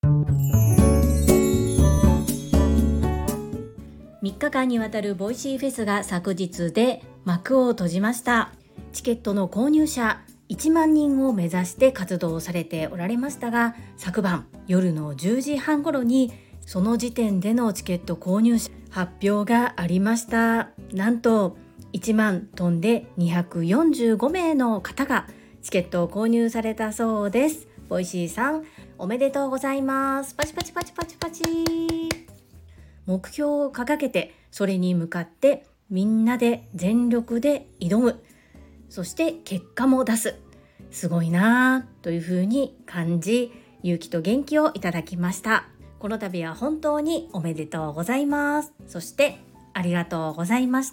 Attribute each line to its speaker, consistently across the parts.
Speaker 1: 3日間にわたるボイシーフェスが昨日で幕を閉じました。チケットの購入者1万人を目指して活動されておられましたが、昨晩夜の10時半頃にその時点でのチケット購入者発表がありました。なんと1万飛んで245名の方がチケットを購入されたそうです。ボイシーさんおめでとうございます。パチパチパチパチパチ。目標を掲げてそれに向かってみんなで全力で挑む、そして結果も出す、すごいなぁというふうに感じ、勇気と元気をいただきました。この度は本当におめでとうございます。そしてありがとうございました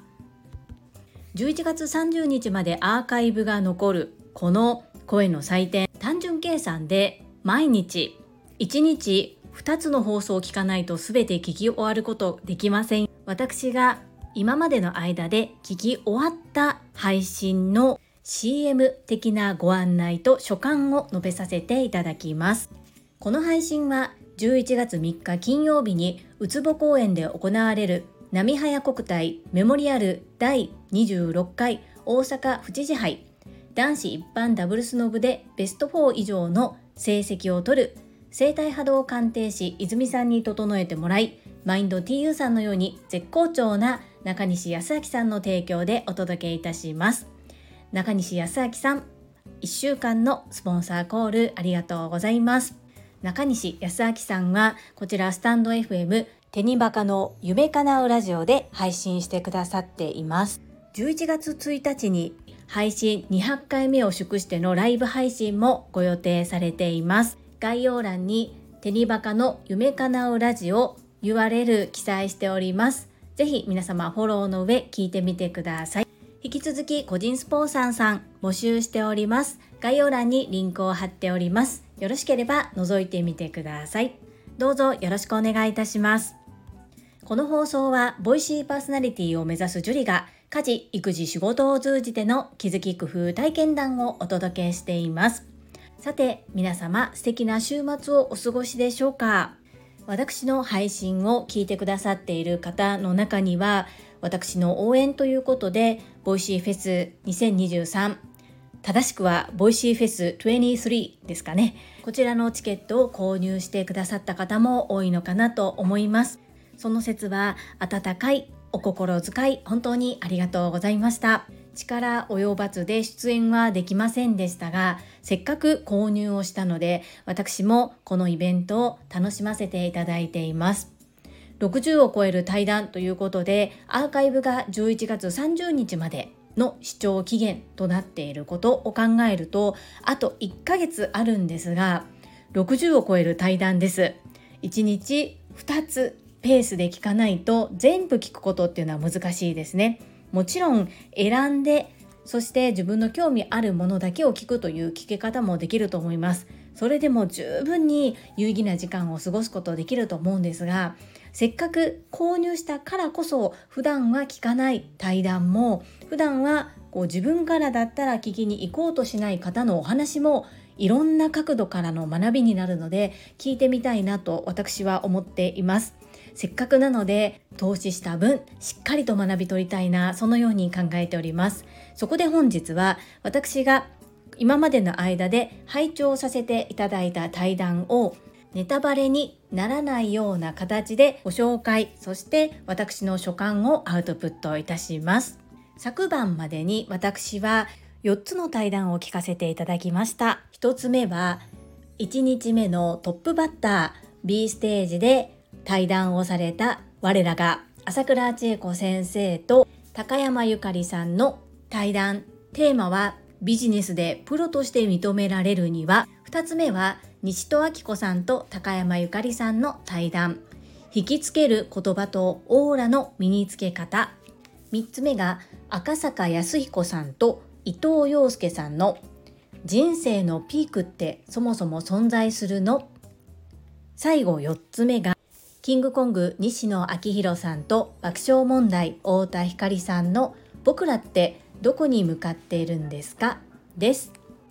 Speaker 1: 。11月30日までアーカイブが残るこの声の祭典、単純計算で毎日1日2つの放送を聞かないと全て聞き終わることできません。私が今までの間で聞き終わった配信の CM 的なご案内と所感を述べさせていただきます。この配信は11月3日金曜日にうつぼ公園で行われる波早国体メモリアル第26回大阪府知事杯男子一般ダブルスの部でベスト4以上の成績を取る生体波動鑑定士泉さんに整えてもらい、マインド TU さんのように絶好調な中西康明さんの提供でお届けいたします。中西康明さん、1週間のスポンサーコールありがとうございます。中西康明さんはこちらスタンド FM テニバカの夢かなうラジオで配信してくださっています。11月1日に配信200回目を祝してのライブ配信もご予定されています。概要欄にテニバカの夢かなうラジオ URL 記載しております。ぜひ皆様フォローの上聞いてみてください。引き続き個人スポンサーさん募集しております。概要欄にリンクを貼っております。よろしければ覗いてみてください。どうぞよろしくお願いいたします。この放送はボイシーパーソナリティを目指すジュリが家事・育児・仕事を通じての気づき工夫体験談をお届けしています。さて皆様素敵な週末をお過ごしでしょうか。私の配信を聞いてくださっている方の中には私の応援ということでボイシーフェス2023、正しくはボイシーフェス23ですかね、こちらのチケットを購入してくださった方も多いのかなと思います。その説は温かいお心遣い本当にありがとうございました。力及ばずで出演はできませんでしたが、せっかく購入をしたので私もこのイベントを楽しませていただいています。60を超える対談ということでアーカイブが11月30日までの視聴期限となっていることを考えるとあと1ヶ月あるんですが、60を超える対談です。1日2つペースで聞かないと全部聞くことっていうのは難しいですね。もちろん選んで、そして自分の興味あるものだけを聞くという聞き方もできると思います。それでも十分に有意義な時間を過ごすことできると思うんですが、せっかく購入したからこそ普段は聞かない対談も、普段は自分からだったら聞きに行こうとしない方のお話もいろんな角度からの学びになるので聞いてみたいなと私は思っています。せっかくなので投資した分しっかりと学び取りたいな、そのように考えております。そこで本日は私が今までの間で拝聴させていただいた対談をネタバレにならないような形でご紹介、そして私の所感をアウトプットいたします。昨晩までに私は4つの対談を聞かせていただきました。1つ目は1日目のトップバッター B ステージで対談をされた我らが朝倉千恵子先生と高山ゆかりさんの対談。テーマはビジネスでプロとして認められるには。2つ目は西戸明子さんと高山ゆかりさんの対談。引きつける言葉とオーラの身につけ方。3つ目が赤坂康彦さんと伊藤陽介さんの人生のピークってそもそも存在するの。最後4つ目がキングコング西野昭弘さんと爆笑問題太田光さんの僕らってどこに向かっているんですかです。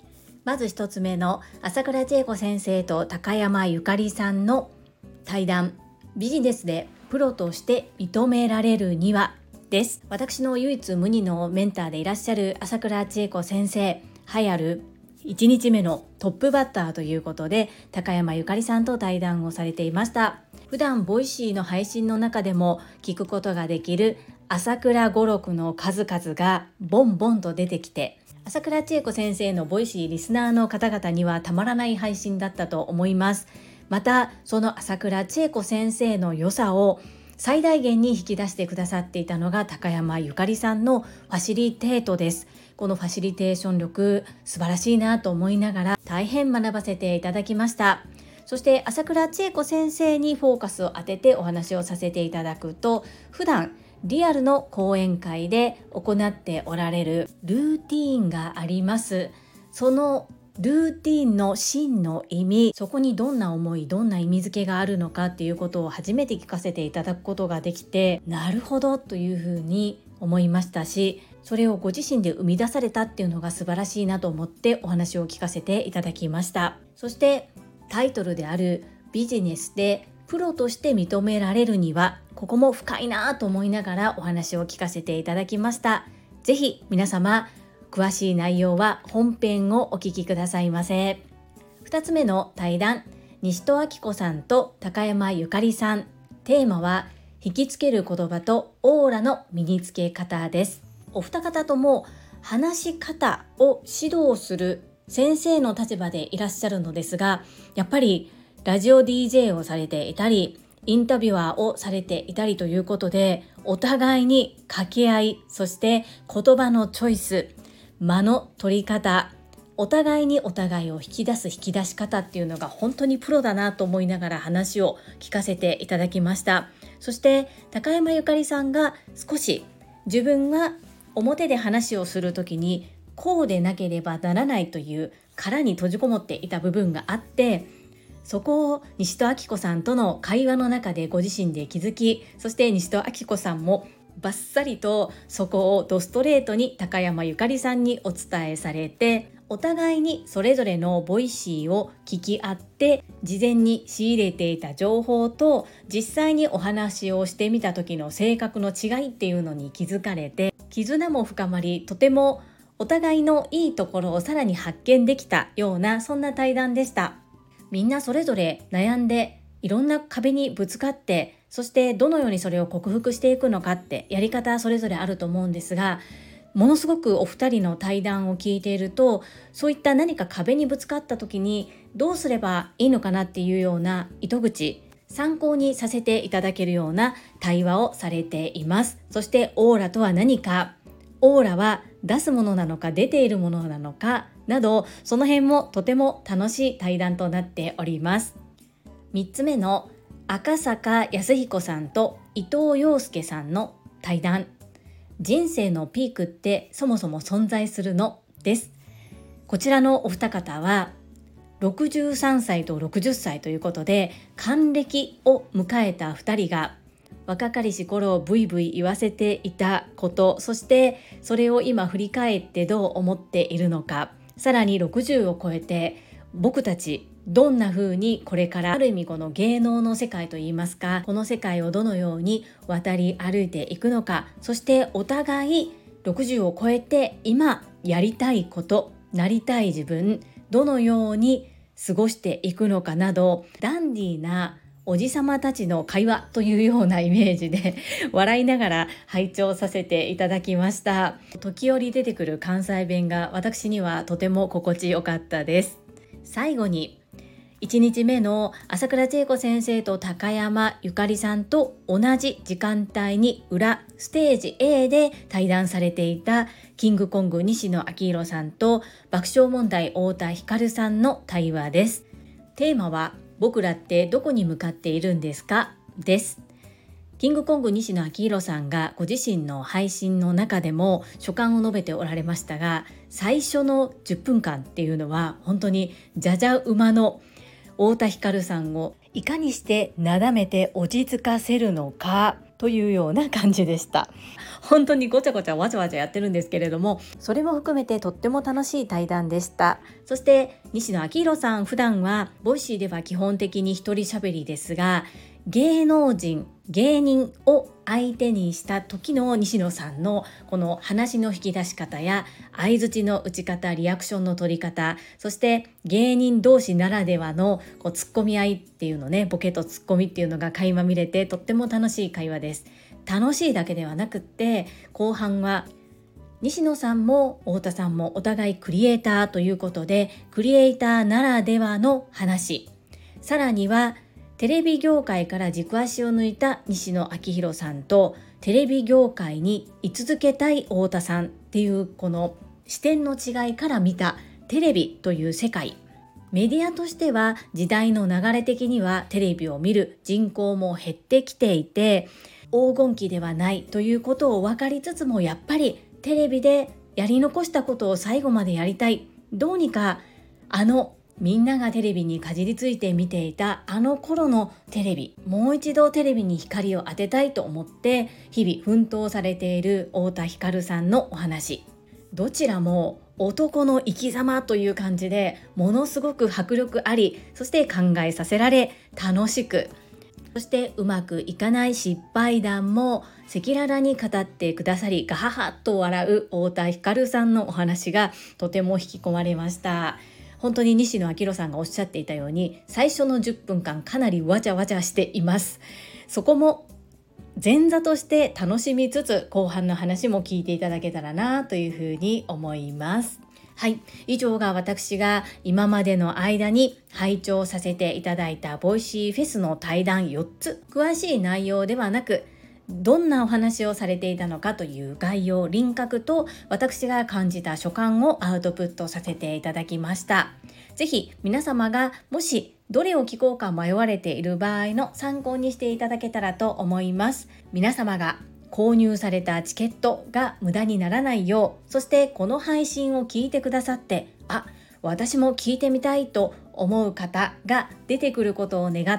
Speaker 1: まず一つ目の朝倉千恵子先生と高山ゆかりさんの対談、ビジネスでプロとして認められるにはです。私の唯一無二のメンターでいらっしゃる朝倉千恵子先生、栄えある1日目のトップバッターということで高山ゆかりさんと対談をされていました。普段ボイシーの配信の中でも聞くことができる朝倉語録の数々がボンボンと出てきて、朝倉千恵子先生のボイシーリスナーの方々にはたまらない配信だったと思います。またその朝倉千恵子先生の良さを最大限に引き出してくださっていたのが高山ゆかりさんのファシリテートです。このファシリテーション力素晴らしいなと思いながら大変学ばせていただきました。そして朝倉千恵子先生にフォーカスを当ててお話をさせていただくと、普段リアルの講演会で行っておられるルーティーンがあります。そのルーティーンの真の意味、そこにどんな思い、どんな意味付けがあるのかっていうことを初めて聞かせていただくことができて、なるほどというふうに思いましたし、それをご自身で生み出されたっていうのが素晴らしいなと思ってお話を聞かせていただきました。そしてタイトルであるビジネスでプロとして認められるには、ここも深いなと思いながらお話を聞かせていただきました。ぜひ皆様詳しい内容は本編をお聞きくださいませ。2つ目の対談、西戸明子さんと高山ゆかりさん。テーマは引きつける言葉とオーラの身につけ方です。お二方とも話し方を指導する先生の立場でいらっしゃるのですが、やっぱりラジオ DJ をされていたりインタビュアーをされていたりということで、お互いに掛け合い、そして言葉のチョイス、間の取り方、お互いにお互いを引き出す引き出し方っていうのが本当にプロだなと思いながら話を聞かせていただきました。そして高山ゆかりさんが少し自分が表で話をするときにこうでなければならないという殻に閉じこもっていた部分があって、そこを西戸明子さんとの会話の中でご自身で気づき、そして西戸明子さんもバッサリとそこをドストレートに高山ゆかりさんにお伝えされて、お互いにそれぞれのボイシーを聞き合って、事前に仕入れていた情報と実際にお話をしてみた時の性格の違いっていうのに気づかれて、絆も深まり、とてもお互いのいいところをさらに発見できたような、そんな対談でした。みんなそれぞれ悩んでいろんな壁にぶつかって、そしてどのようにそれを克服していくのかってやり方それぞれあると思うんですが、ものすごくお二人の対談を聞いていると、そういった何か壁にぶつかった時にどうすればいいのかなっていうような糸口、参考にさせていただけるような対話をされています。そしてオーラとは何か、オーラは出すものなのか出ているものなのかなど、その辺もとても楽しい対談となっております。3つ目の赤坂康彦さんと伊藤陽介さんの対談、人生のピークってそもそも存在するのです。こちらのお二方は63歳と60歳ということで還暦を迎えた2人が若かりし頃ブイブイ言わせていたこと、そしてそれを今振り返ってどう思っているのか、さらに60を超えて僕たちどんな風にこれからある意味この芸能の世界といいますか、この世界をどのように渡り歩いていくのか、そしてお互い60を超えて今やりたいこと、なりたい自分、どのように過ごしていくのかなど、ダンディーなおじさまたちの会話というようなイメージで笑いながら拝聴させていただきました。時折出てくる関西弁が私にはとても心地よかったです。最後に1日目の朝倉千恵子先生と高山ゆかりさんと同じ時間帯に裏ステージ A で対談されていたキングコング西野昭弘さんと爆笑問題太田光さんの対話です。テーマは僕らってどこに向かっているんですかです。キングコング西野昭弘さんがご自身の配信の中でも所感を述べておられましたが、最初の10分間っていうのは本当にじゃじゃ馬の太田光さんをいかにしてなだめて落ち着かせるのかというような感じでした。本当にごちゃごちゃわちゃわちゃやってるんですけれども、それも含めてとっても楽しい対談でした。そして西野昭弘さん、普段はボイシーでは基本的に一人喋りですが、芸能人芸人を相手にした時の西野さんのこの話の引き出し方や相槌の打ち方、リアクションの取り方、そして芸人同士ならではのツッコミ合いっていうのね、ボケとツッコミっていうのが垣間見れてとっても楽しい会話です。楽しいだけではなくって、後半は西野さんも太田さんもお互いクリエイターということで、クリエイターならではの話、さらにはテレビ業界から軸足を抜いた西野昭弘さんと、テレビ業界に居続けたい太田さんっていうこの視点の違いから見たテレビという世界。メディアとしては時代の流れ的にはテレビを見る人口も減ってきていて、黄金期ではないということを分かりつつも、やっぱりテレビでやり残したことを最後までやりたい、どうにかみんながテレビにかじりついて見ていたあの頃のテレビ、もう一度テレビに光を当てたいと思って日々奮闘されている太田光さんのお話、どちらも男の生き様という感じで、ものすごく迫力あり、そして考えさせられ、楽しく、そしてうまくいかない失敗談も赤裸々に語ってくださり、ガハハッと笑う太田光さんのお話がとても引き込まれました。本当に西野昭弘さんがおっしゃっていたように、最初の10分間かなりわちゃわちゃしています。そこも前座として楽しみつつ、後半の話も聞いていただけたらなというふうに思います。はい、以上が私が今までの間に拝聴させていただいたボイシーフェスの対談4つ。詳しい内容ではなく、どんなお話をされていたのかという概要、輪郭と私が感じた所感をアウトプットさせていただきました。ぜひ皆様がもしどれを聞こうか迷われている場合の参考にしていただけたらと思います。皆様が購入されたチケットが無駄にならないよう、そしてこの配信を聞いてくださって、私も聞いてみたいと思う方が出てくることを願って、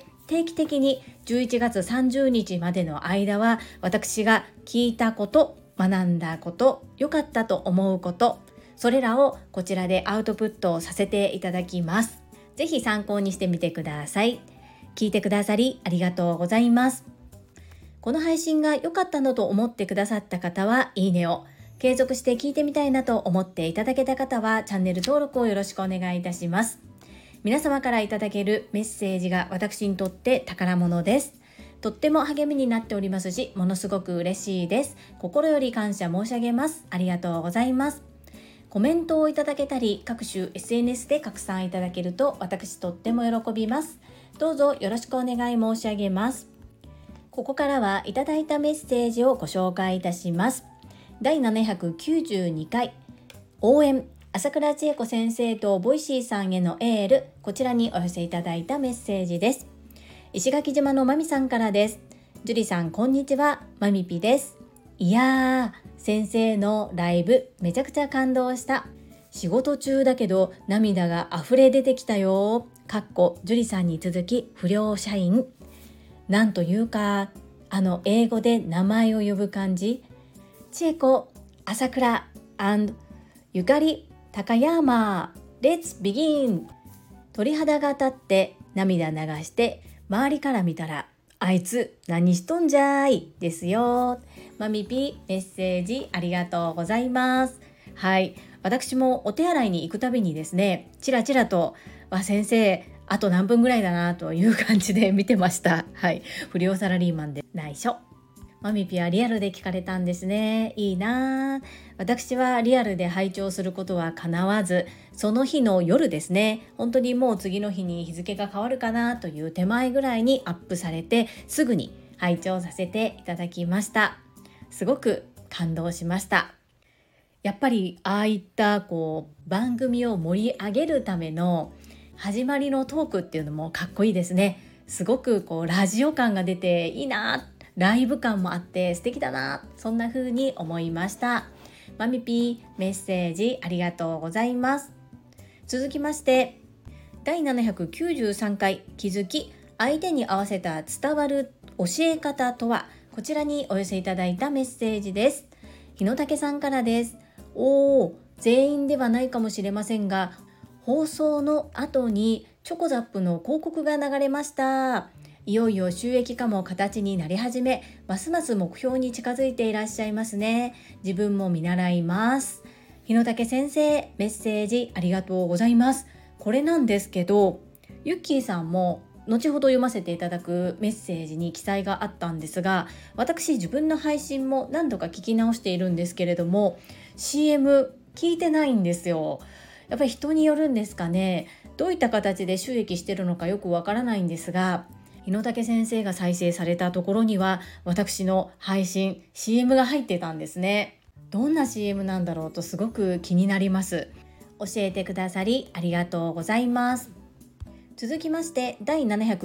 Speaker 1: 定期的に11月30日までの間は、私が聞いたこと、学んだこと、良かったと思うこと、それらをこちらでアウトプットさせていただきます。ぜひ参考にしてみてください。聞いてくださりありがとうございます。この配信が良かったのと思ってくださった方はいいねを、継続して聞いてみたいなと思っていただけた方はチャンネル登録をよろしくお願いいたします。皆様からいただけるメッセージが私にとって宝物です。とっても励みになっておりますし、ものすごく嬉しいです。心より感謝申し上げます。ありがとうございます。コメントをいただけたり、各種 SNS で拡散いただけると私とっても喜びます。どうぞよろしくお願い申し上げます。ここからはいただいたメッセージをご紹介いたします。第792回応援朝倉千恵子先生とボイシーさんへのエール、こちらにお寄せいただいたメッセージです。石垣島のまみさんからです。ジュリさんこんにちは、まみぴです。いやー、先生のライブめちゃくちゃ感動した。仕事中だけど涙が溢れ出てきたよ。ジュリさんに続き不良社員。なんというか、英語で名前を呼ぶ感じ。千恵子、朝倉ゆかり、高山、レッツビギン。鳥肌が立って涙流して、周りから見たらあいつ何しとんじゃいですよ。まみぴメッセージありがとうございます。はい、私もお手洗いに行くたびにですね、ちらちらと先生あと何分ぐらいだなという感じで見てました。はい、不良サラリーマンで内緒。マミピはリアルで聞かれたんですね。いいな。私はリアルで拝聴することは叶わず、その日の夜ですね、本当にもう次の日に日付が変わるかなという手前ぐらいにアップされて、すぐに拝聴させていただきました。すごく感動しました。やっぱりああいった番組を盛り上げるための始まりのトークっていうのもかっこいいですね。すごくラジオ感が出ていいな、ライブ感もあって素敵だな、そんな風に思いました。まみぴーメッセージありがとうございます。続きまして第793回気づき相手に合わせた伝わる教え方とは、 こちらにお寄せいただいたメッセージです。日野武さんからです。全員ではないかもしれませんが、放送の後にチョコザップの広告が流れました。いよいよ収益化も形になり始め、ますます目標に近づいていらっしゃいますね。自分も見習います。日野武先生、メッセージありがとうございます。これなんですけど、ゆっきーさんも後ほど読ませていただくメッセージに記載があったんですが、私自分の配信も何度か聞き直しているんですけれども、 CM 聞いてないんですよ。やっぱり人によるんですかね。どういった形で収益してるのかよくわからないんですが、日野武先生が再生されたところには私の配信 CM が入ってたんですね。どんな CM なんだろうとすごく気になります。教えてくださりありがとうございます。続きまして第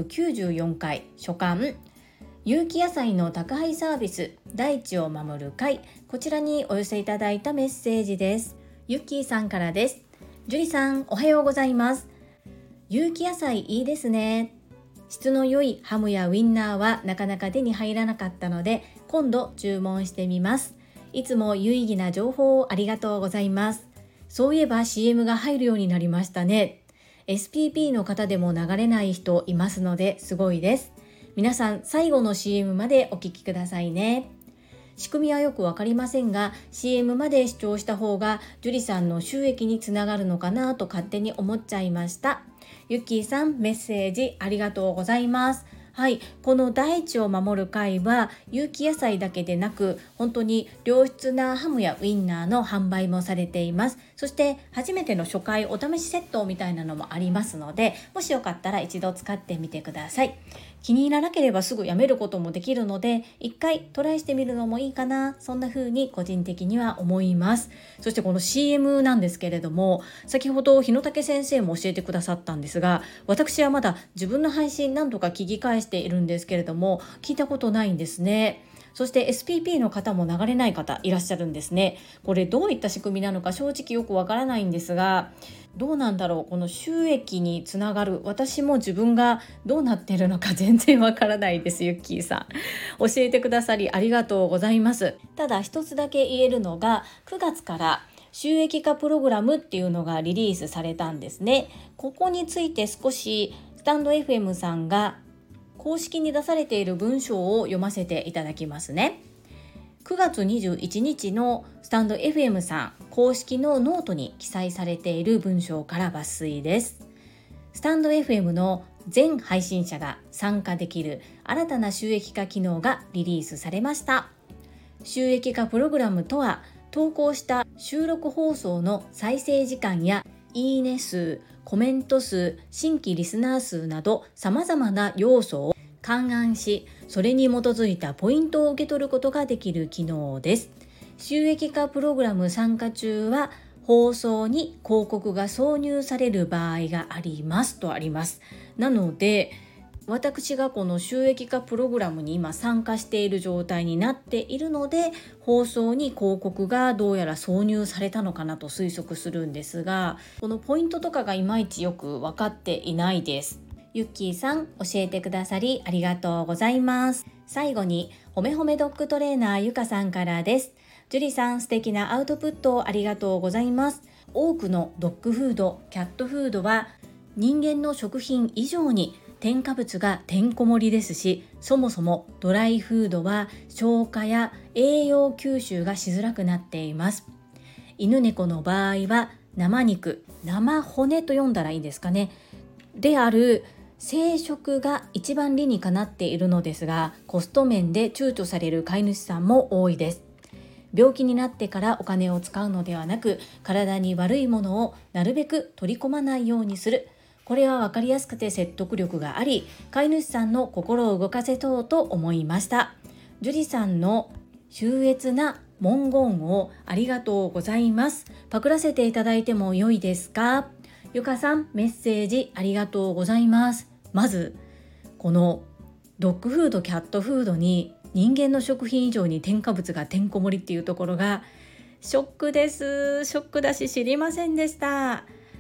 Speaker 1: 794回初巻有機野菜の宅配サービス大地を守る会、こちらにお寄せいただいたメッセージです。ゆっきーさんからです。ジュリさん、おはようございます。有機野菜いいですね。質の良いハムやウインナーはなかなか手に入らなかったので、今度注文してみます。いつも有意義な情報をありがとうございます。そういえば CM が入るようになりましたね。SPP の方でも流れない人いますのですごいです。皆さん最後の CM までお聞きくださいね。仕組みはよくわかりませんが、 CM まで視聴した方がジュリさんの収益につながるのかなと勝手に思っちゃいました。ゆっきーさん、メッセージありがとうございます。はい、この大地を守る会は有機野菜だけでなく、本当に良質なハムやウインナーの販売もされています。そして初めての初回お試しセットみたいなのもありますので、もしよかったら一度使ってみてください。気に入らなければすぐやめることもできるので、一回トライしてみるのもいいかな、そんな風に個人的には思います。そしてこの CM なんですけれども、先ほど日野武先生も教えてくださったんですが、私はまだ自分の配信何度か聞き返しているんですけれども、聞いたことないんですね。そして SPP の方も流れない方いらっしゃるんですね。これどういった仕組みなのか正直よくわからないんですが、どうなんだろう、この収益につながる、私も自分がどうなっているのか全然わからないです。ゆっきーさん、教えてくださりありがとうございます。ただ一つだけ言えるのが、9月から収益化プログラムっていうのがリリースされたんですね。ここについて少しスタンド FM さんが公式に出されている文章を読ませていただきますね。9月21日のスタンド FM さん公式のノートに記載されている文章から抜粋です。スタンド FM の全配信者が参加できる新たな収益化機能がリリースされました。収益化プログラムとは、投稿した収録放送の再生時間やいいね数、コメント数、新規リスナー数など様々な要素を勘案し、それに基づいたポイントを受け取ることができる機能です。収益化プログラム参加中は放送に広告が挿入される場合がありますとあります。なので私がこの収益化プログラムに今参加している状態になっているので、放送に広告がどうやら挿入されたのかなと推測するんですが、このポイントとかがいまいちよく分かっていないです。ゆっきーさん、教えてくださりありがとうございます。最後にほめほめドッグトレーナーゆかさんからです。ジュリさん、素敵なアウトプットをありがとうございます。多くのドッグフード、キャットフードは人間の食品以上に添加物がてんこ盛りですし、そもそもドライフードは消化や栄養吸収がしづらくなっています。犬猫の場合は生肉、生骨と読んだらいいですかね、である生食が一番理にかなっているのですが、コスト面で躊躇される飼い主さんも多いです。病気になってからお金を使うのではなく、体に悪いものをなるべく取り込まないようにする、これは分かりやすくて説得力があり、飼い主さんの心を動かせそうと思いました。ジュリさんの秀逸な文言をありがとうございます。パクらせていただいても良いですか？ゆかさん、メッセージありがとうございます。まずこのドッグフード、キャットフードに人間の食品以上に添加物がてんこ盛りっていうところがショックです。ショックだし知りませんでした。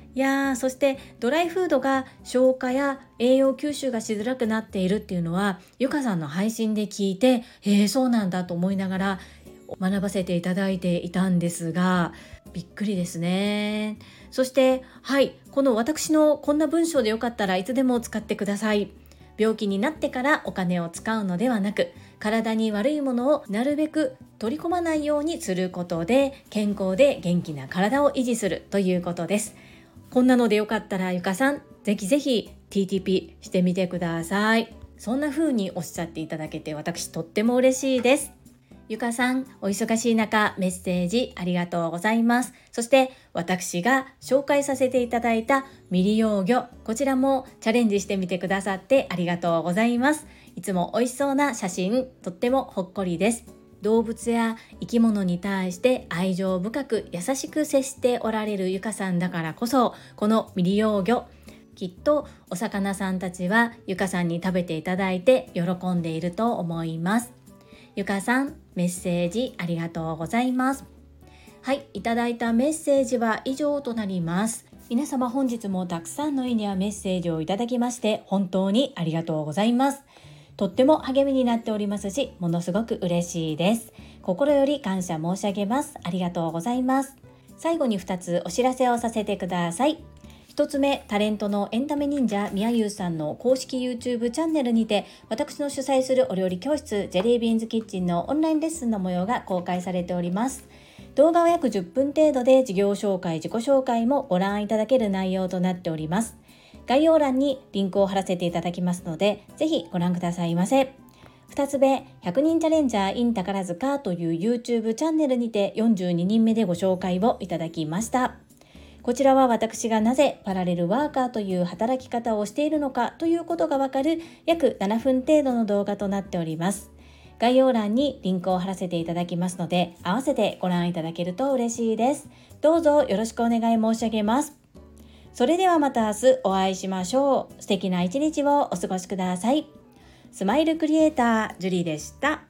Speaker 1: そしてドライフードが消化や栄養吸収がしづらくなっているっていうのはゆかさんの配信で聞いて、そうなんだと思いながら学ばせていただいていたんですが、びっくりですね。そしてこの私のこんな文章でよかったらいつでも使ってください。病気になってからお金を使うのではなく、体に悪いものをなるべく取り込まないようにすることで健康で元気な体を維持するということです。こんなのでよかったらゆかさんぜひぜひ TTP してみてください。そんな風におっしゃっていただけて私とっても嬉しいです。ゆかさん、お忙しい中メッセージありがとうございます。そして私が紹介させていただいた未利用魚、こちらもチャレンジしてみてくださってありがとうございます。いつも美味しそうな写真、とってもほっこりです。動物や生き物に対して愛情深く優しく接しておられるゆかさんだからこそ、この未利用魚、きっとお魚さんたちはゆかさんに食べていただいて喜んでいると思います。ゆかさん、メッセージありがとうございます。いただいたメッセージは以上となります。皆様本日もたくさんのいいねやメッセージをいただきまして本当にありがとうございます。とっても励みになっておりますし、ものすごく嬉しいです。心より感謝申し上げます。ありがとうございます。最後に2つお知らせをさせてください。1つ目、タレントのエンタメ忍者みやゆうさんの公式 YouTube チャンネルにて、私の主催するお料理教室ジェリービーンズキッチンのオンラインレッスンの模様が公開されております。動画は約10分程度で事業紹介、自己紹介もご覧いただける内容となっております。概要欄にリンクを貼らせていただきますので、ぜひご覧くださいませ。2つ目、100人チャレンジャー in 宝塚という YouTube チャンネルにて42人目でご紹介をいただきました。こちらは私がなぜパラレルワーカーという働き方をしているのかということがわかる約7分程度の動画となっております。概要欄にリンクを貼らせていただきますので、合わせてご覧いただけると嬉しいです。どうぞよろしくお願い申し上げます。それではまた明日お会いしましょう。素敵な一日をお過ごしください。スマイルクリエイタージュリーでした。